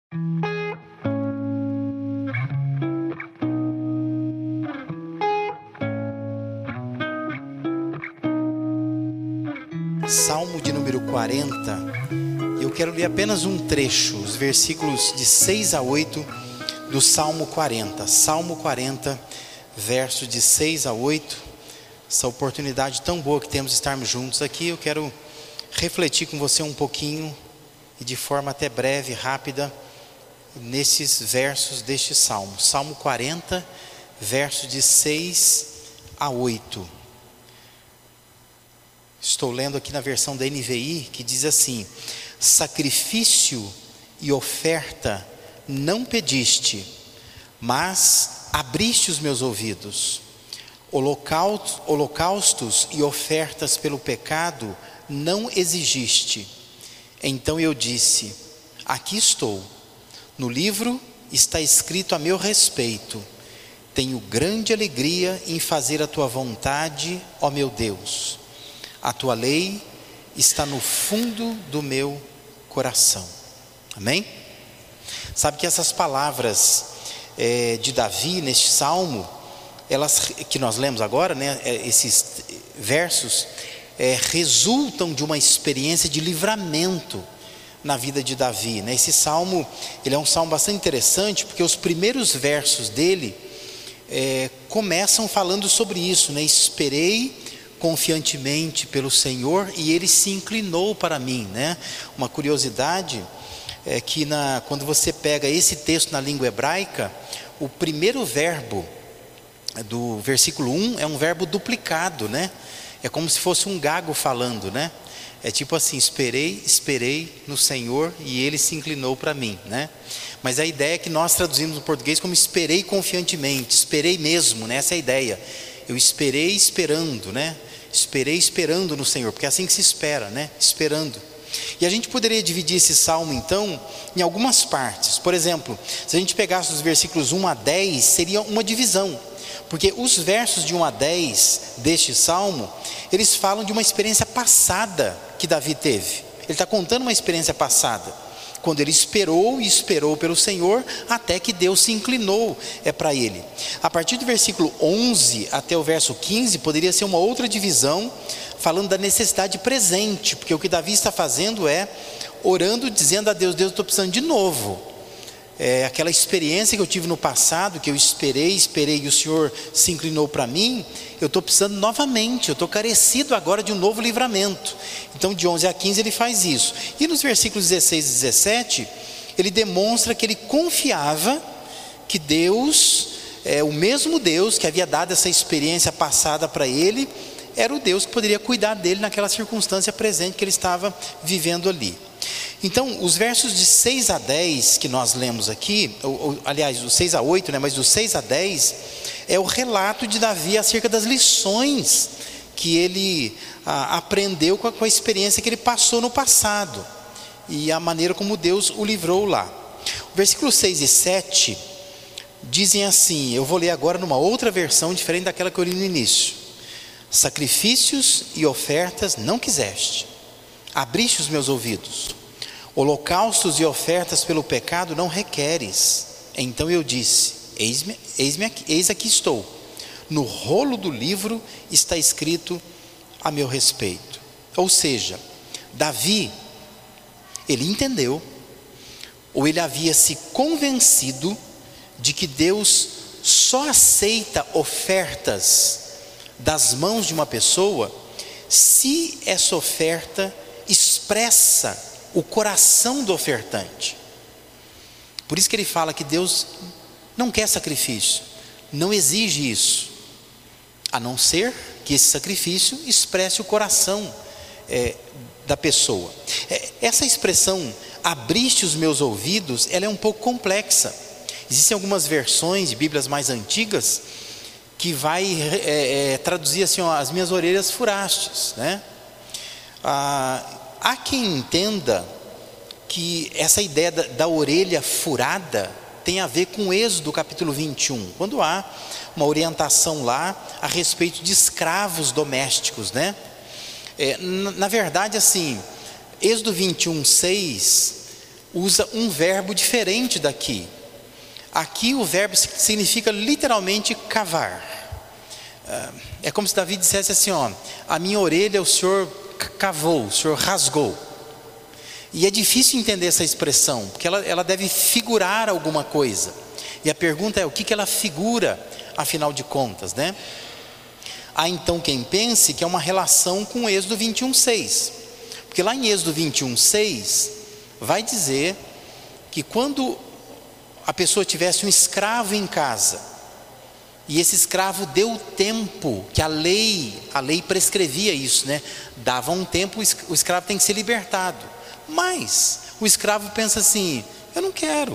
Salmo de número 40, eu quero ler apenas um trecho, os versículos de 6 a 8 do Salmo 40. Salmo 40, versos de 6 a 8, essa oportunidade tão boa que temos de estarmos juntos aqui. Eu quero refletir com você um pouquinho, e de forma até breve, rápida, nesses versos deste Salmo. Salmo 40, versos de 6 a 8. Estou lendo aqui na versão da NVI, que diz assim: sacrifício e oferta não pediste, mas abriste os meus ouvidos. Holocaustos e ofertas pelo pecado não exigiste. Então eu disse: aqui estou. No livro está escrito a meu respeito. Tenho grande alegria em fazer a tua vontade, ó meu Deus. A tua lei está no fundo do meu coração. Amém? Sabe que essas palavras de Davi neste salmo, elas que nós lemos agora, né, esses versos resultam de uma experiência de livramento na vida de Davi, né? Esse salmo, ele é um salmo bastante interessante, porque os primeiros versos dele começam falando sobre isso, né? Esperei confiantemente pelo Senhor e Ele se inclinou para mim, né? Uma curiosidade é que quando você pega esse texto na língua hebraica, o primeiro verbo do versículo 1 é um verbo duplicado, né? É como se fosse um gago falando, né? É tipo assim: esperei no Senhor e Ele se inclinou para mim, né? Mas a ideia é que nós traduzimos no português como esperei confiantemente, esperei mesmo, né? Essa é a ideia. Eu esperei esperando, né? Esperei esperando no Senhor, porque é assim que se espera, né? Esperando. E a gente poderia dividir esse salmo então em algumas partes. Por exemplo, se a gente pegasse os versículos 1 a 10, seria uma divisão, porque os versos de 1 a 10 deste salmo, eles falam de uma experiência passada que Davi teve. Ele está contando uma experiência passada, quando ele esperou e esperou pelo Senhor, até que Deus se inclinou para ele. A partir do versículo 11 até o verso 15, poderia ser uma outra divisão, falando da necessidade presente, porque o que Davi está fazendo é orando, dizendo a Deus: Deus, eu estou precisando de novo. Aquela experiência que eu tive no passado, que eu esperei e o Senhor se inclinou para mim, eu estou precisando novamente, eu estou carecido agora de um novo livramento. Então de 11 a 15 ele faz isso. E nos versículos 16 e 17, ele demonstra que ele confiava que Deus, o mesmo Deus que havia dado essa experiência passada para ele, era o Deus que poderia cuidar dele naquela circunstância presente que ele estava vivendo ali. Então, os versos de 6 a 10 que nós lemos aqui, aliás, os 6 a 8, né, mas dos 6 a 10, é o relato de Davi acerca das lições que ele aprendeu com a experiência que ele passou no passado, e a maneira como Deus o livrou lá. O versículo 6 e 7 dizem assim, eu vou ler agora numa outra versão, diferente daquela que eu li no início: sacrifícios e ofertas não quiseste, abriste os meus ouvidos. Holocaustos e ofertas pelo pecado não requeres. Então eu disse: eis aqui estou. No rolo do livro está escrito a meu respeito. Ou seja, Davi, ele entendeu, ou ele havia se convencido de que Deus só aceita ofertas das mãos de uma pessoa se essa oferta expressa o coração do ofertante. Por isso que ele fala que Deus não quer sacrifício, não exige isso, a não ser que esse sacrifício expresse o coração da pessoa. Essa expressão, abriste os meus ouvidos, ela é um pouco complexa. Existem algumas versões de Bíblias mais antigas que vai traduzir assim, ó, as minhas orelhas furastes, né? Há quem entenda que essa ideia da orelha furada tem a ver com o Êxodo capítulo 21, quando há uma orientação lá a respeito de escravos domésticos, né? Na verdade, assim, Êxodo 21, 6 usa um verbo diferente daqui. Aqui o verbo significa literalmente cavar. É como se Davi dissesse assim, ó, a minha orelha o Senhor cavou, o Senhor rasgou. E é difícil entender essa expressão, porque ela deve figurar alguma coisa. E a pergunta é, o que ela figura, afinal de contas, né? Há então quem pense que é uma relação com Êxodo 21:6. Porque lá em Êxodo 21:6, vai dizer que quando a pessoa tivesse um escravo em casa, e esse escravo deu tempo, que a lei prescrevia isso, né? Dava um tempo, o escravo tem que ser libertado. Mas o escravo pensa assim, eu não quero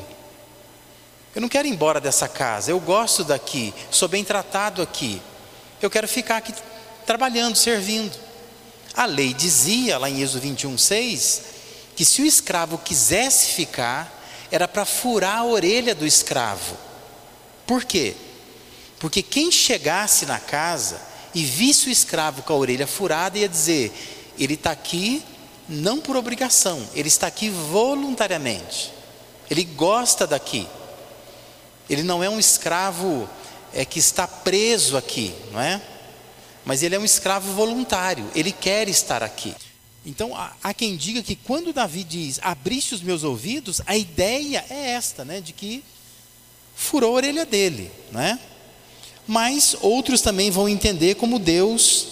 ir embora dessa casa, eu gosto daqui, sou bem tratado aqui, eu quero ficar aqui trabalhando, servindo. A lei dizia lá em Êxodo 21:6, que se o escravo quisesse ficar, era para furar a orelha do escravo. Por quê? Porque quem chegasse na casa e visse o escravo com a orelha furada, ia dizer, ele está aqui não por obrigação, ele está aqui voluntariamente, ele gosta daqui, ele não é um escravo que está preso aqui, não é? Mas ele é um escravo voluntário, ele quer estar aqui. Então há quem diga que quando Davi diz, abriste os meus ouvidos, a ideia é esta, né? De que furou a orelha dele, não é? Mas outros também vão entender como Deus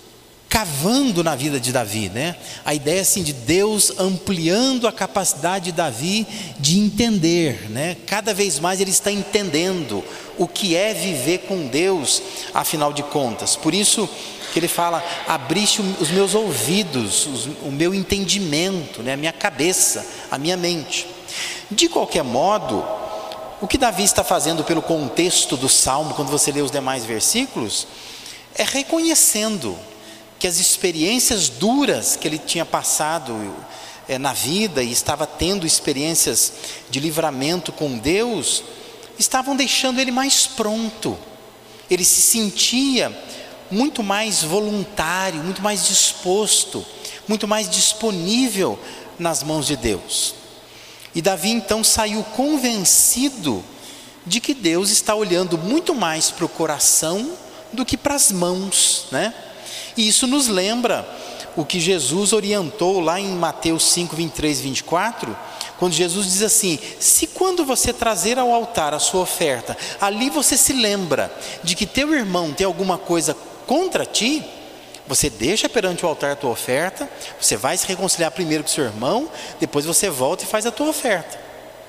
cavando na vida de Davi, né? A ideia assim de Deus ampliando a capacidade de Davi de entender, né? Cada vez mais ele está entendendo o que é viver com Deus, afinal de contas. Por isso que ele fala, abriste os meus ouvidos, o meu entendimento, né? A minha cabeça, a minha mente. De qualquer modo, o que Davi está fazendo pelo contexto do Salmo, quando você lê os demais versículos, é reconhecendo que as experiências duras que ele tinha passado na vida e estava tendo experiências de livramento com Deus, estavam deixando ele mais pronto. Ele se sentia muito mais voluntário, muito mais disposto, muito mais disponível nas mãos de Deus. E Davi então saiu convencido de que Deus está olhando muito mais para o coração do que para as mãos, né? E isso nos lembra o que Jesus orientou lá em Mateus 5, 23 e 24, quando Jesus diz assim, se quando você trazer ao altar a sua oferta, ali você se lembra de que teu irmão tem alguma coisa contra ti, você deixa perante o altar a tua oferta, você vai se reconciliar primeiro com seu irmão, depois você volta e faz a tua oferta.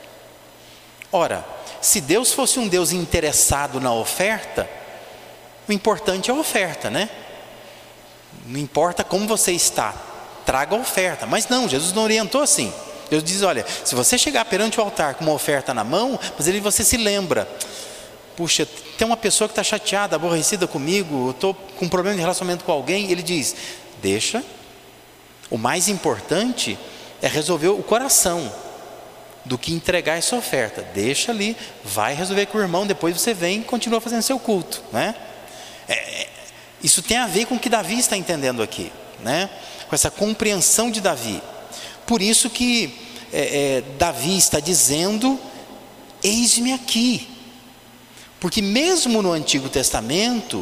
Ora, se Deus fosse um Deus interessado na oferta, o importante é a oferta, né? Não importa como você está, traga a oferta. Mas não, Jesus não orientou assim. Deus diz, olha, se você chegar perante o altar com uma oferta na mão, mas ele você se lembra, puxa, tem uma pessoa que está chateada, aborrecida comigo, eu estou com um problema de relacionamento com alguém, ele diz, deixa, o mais importante é resolver o coração, do que entregar essa oferta. Deixa ali, vai resolver com o irmão, depois você vem e continua fazendo seu culto, né? Isso tem a ver com o que Davi está entendendo aqui, né? Com essa compreensão de Davi. Por isso que Davi está dizendo, eis-me aqui. Porque mesmo no Antigo Testamento,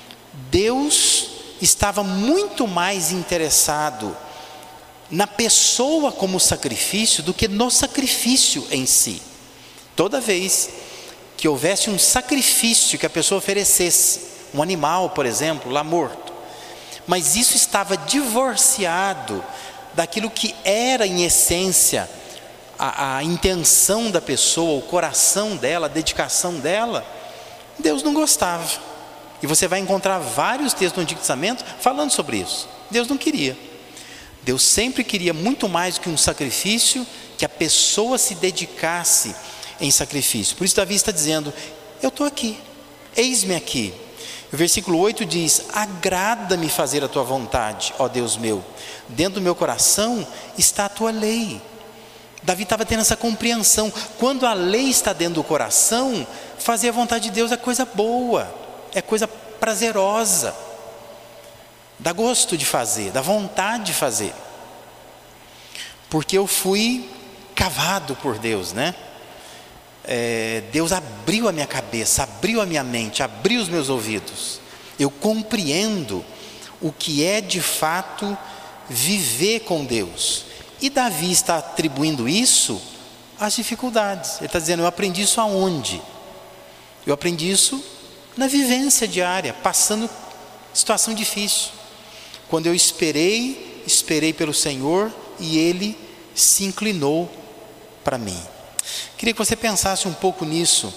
Deus estava muito mais interessado na pessoa como sacrifício do que no sacrifício em si. Toda vez que houvesse um sacrifício que a pessoa oferecesse, um animal, por exemplo, lá morto, mas isso estava divorciado daquilo que era em essência a intenção da pessoa, o coração dela, a dedicação dela, Deus não gostava. E você vai encontrar vários textos do Antigo Testamento falando sobre isso. Deus não queria. Deus sempre queria muito mais do que um sacrifício, que a pessoa se dedicasse em sacrifício. Por isso Davi está dizendo, eu estou aqui, eis-me aqui. O versículo 8 diz, agrada-me fazer a tua vontade, ó Deus meu, dentro do meu coração está a tua lei. Davi estava tendo essa compreensão, quando a lei está dentro do coração, fazer a vontade de Deus é coisa boa, é coisa prazerosa, dá gosto de fazer, dá vontade de fazer, porque eu fui cavado por Deus, né? Deus abriu a minha cabeça, abriu a minha mente, abriu os meus ouvidos. Eu compreendo o que é de fato viver com Deus. E Davi está atribuindo isso às dificuldades. Ele está dizendo: eu aprendi isso aonde? Eu aprendi isso na vivência diária, passando situação difícil. Quando eu esperei pelo Senhor e Ele se inclinou para mim. Queria que você pensasse um pouco nisso,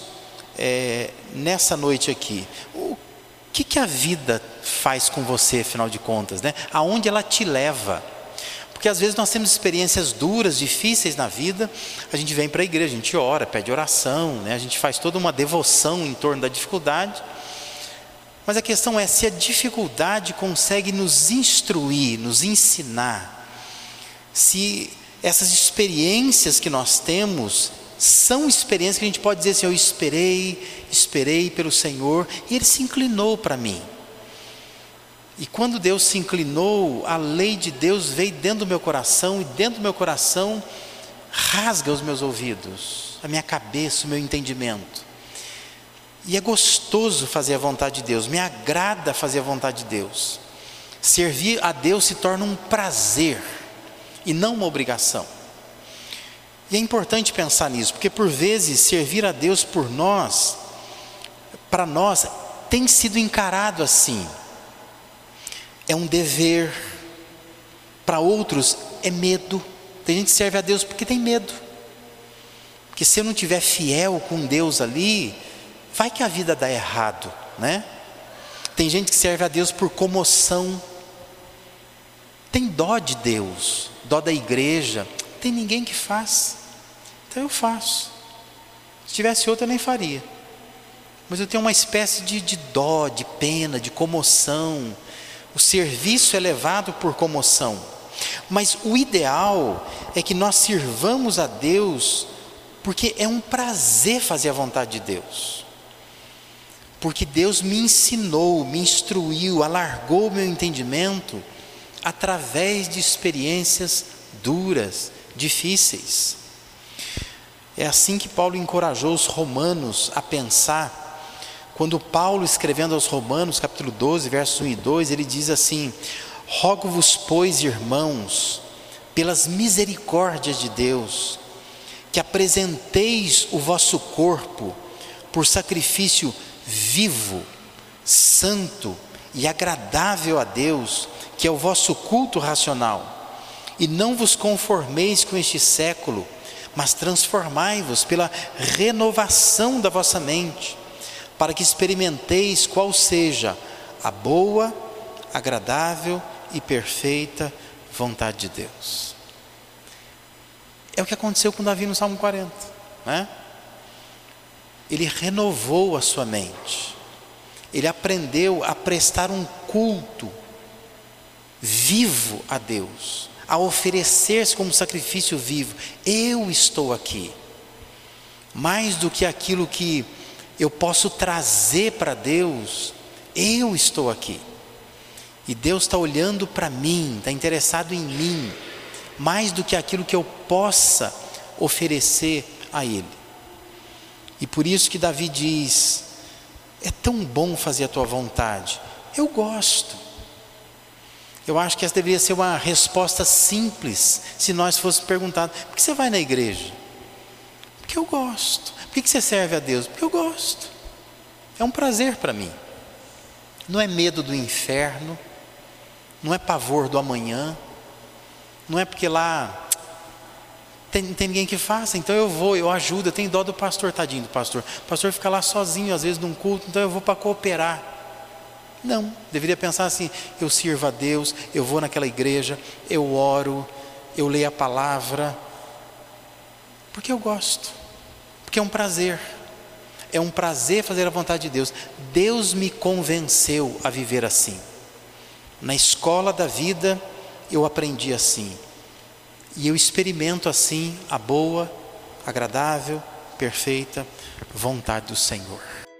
nessa noite aqui. O que a vida faz com você, afinal de contas, né? Aonde ela te leva? Porque às vezes nós temos experiências duras, difíceis na vida, a gente vem para a igreja, a gente ora, pede oração, né? A gente faz toda uma devoção em torno da dificuldade. Mas a questão é se a dificuldade consegue nos instruir, nos ensinar, se essas experiências que nós temos são experiências que a gente pode dizer assim: eu esperei pelo Senhor e Ele se inclinou para mim. E quando Deus se inclinou, a lei de Deus veio dentro do meu coração, e dentro do meu coração rasga os meus ouvidos, a minha cabeça, o meu entendimento. E é gostoso fazer a vontade de Deus, me agrada fazer a vontade de Deus. Servir a Deus se torna um prazer e não uma obrigação. E é importante pensar nisso, porque por vezes servir a Deus por nós, para nós, tem sido encarado assim. É um dever. Para outros é medo. Tem gente que serve a Deus porque tem medo. Porque se eu não estiver fiel com Deus ali, vai que a vida dá errado, né? Tem gente que serve a Deus por comoção. Tem dó de Deus, dó da igreja. Tem ninguém que faz. Então eu faço. Se tivesse outro eu nem faria. Mas eu tenho uma espécie de dó, de pena, de comoção. O serviço é levado por comoção. Mas o ideal é que nós sirvamos a Deus porque é um prazer fazer a vontade de Deus. Porque Deus me ensinou, me instruiu, alargou o meu entendimento através de experiências duras, difíceis. É assim que Paulo encorajou os romanos a pensar. Quando Paulo, escrevendo aos Romanos, capítulo 12, versos 1 e 2, ele diz assim: rogo-vos, pois, irmãos, pelas misericórdias de Deus, que apresenteis o vosso corpo por sacrifício vivo, santo e agradável a Deus, que é o vosso culto racional. E não vos conformeis com este século, mas transformai-vos pela renovação da vossa mente, para que experimenteis qual seja a boa, agradável e perfeita vontade de Deus. É o que aconteceu com Davi no Salmo 40, né? Ele renovou a sua mente. Ele aprendeu a prestar um culto vivo a Deus, a oferecer-se como sacrifício vivo. Eu estou aqui. Mais do que aquilo que eu posso trazer para Deus, eu estou aqui. E Deus está olhando para mim, está interessado em mim, mais do que aquilo que eu possa oferecer a Ele. E por isso que Davi diz: é tão bom fazer a tua vontade. Eu gosto. Eu acho que essa deveria ser uma resposta simples, se nós fôssemos perguntados: por que você vai na igreja? Porque eu gosto. Por que você serve a Deus? Porque eu gosto. É um prazer para mim. Não é medo do inferno, não é pavor do amanhã, não é porque lá não tem ninguém que faça, então eu vou, eu ajudo. Eu tenho dó do pastor, tadinho do pastor. O pastor fica lá sozinho, às vezes num culto, então eu vou para cooperar. Não, deveria pensar assim: eu sirvo a Deus, eu vou naquela igreja, eu oro, eu leio a palavra, porque eu gosto, porque é um prazer. É um prazer fazer a vontade de Deus. Deus me convenceu a viver assim. Na escola da vida eu aprendi assim. E eu experimento assim a boa, agradável, perfeita vontade do Senhor.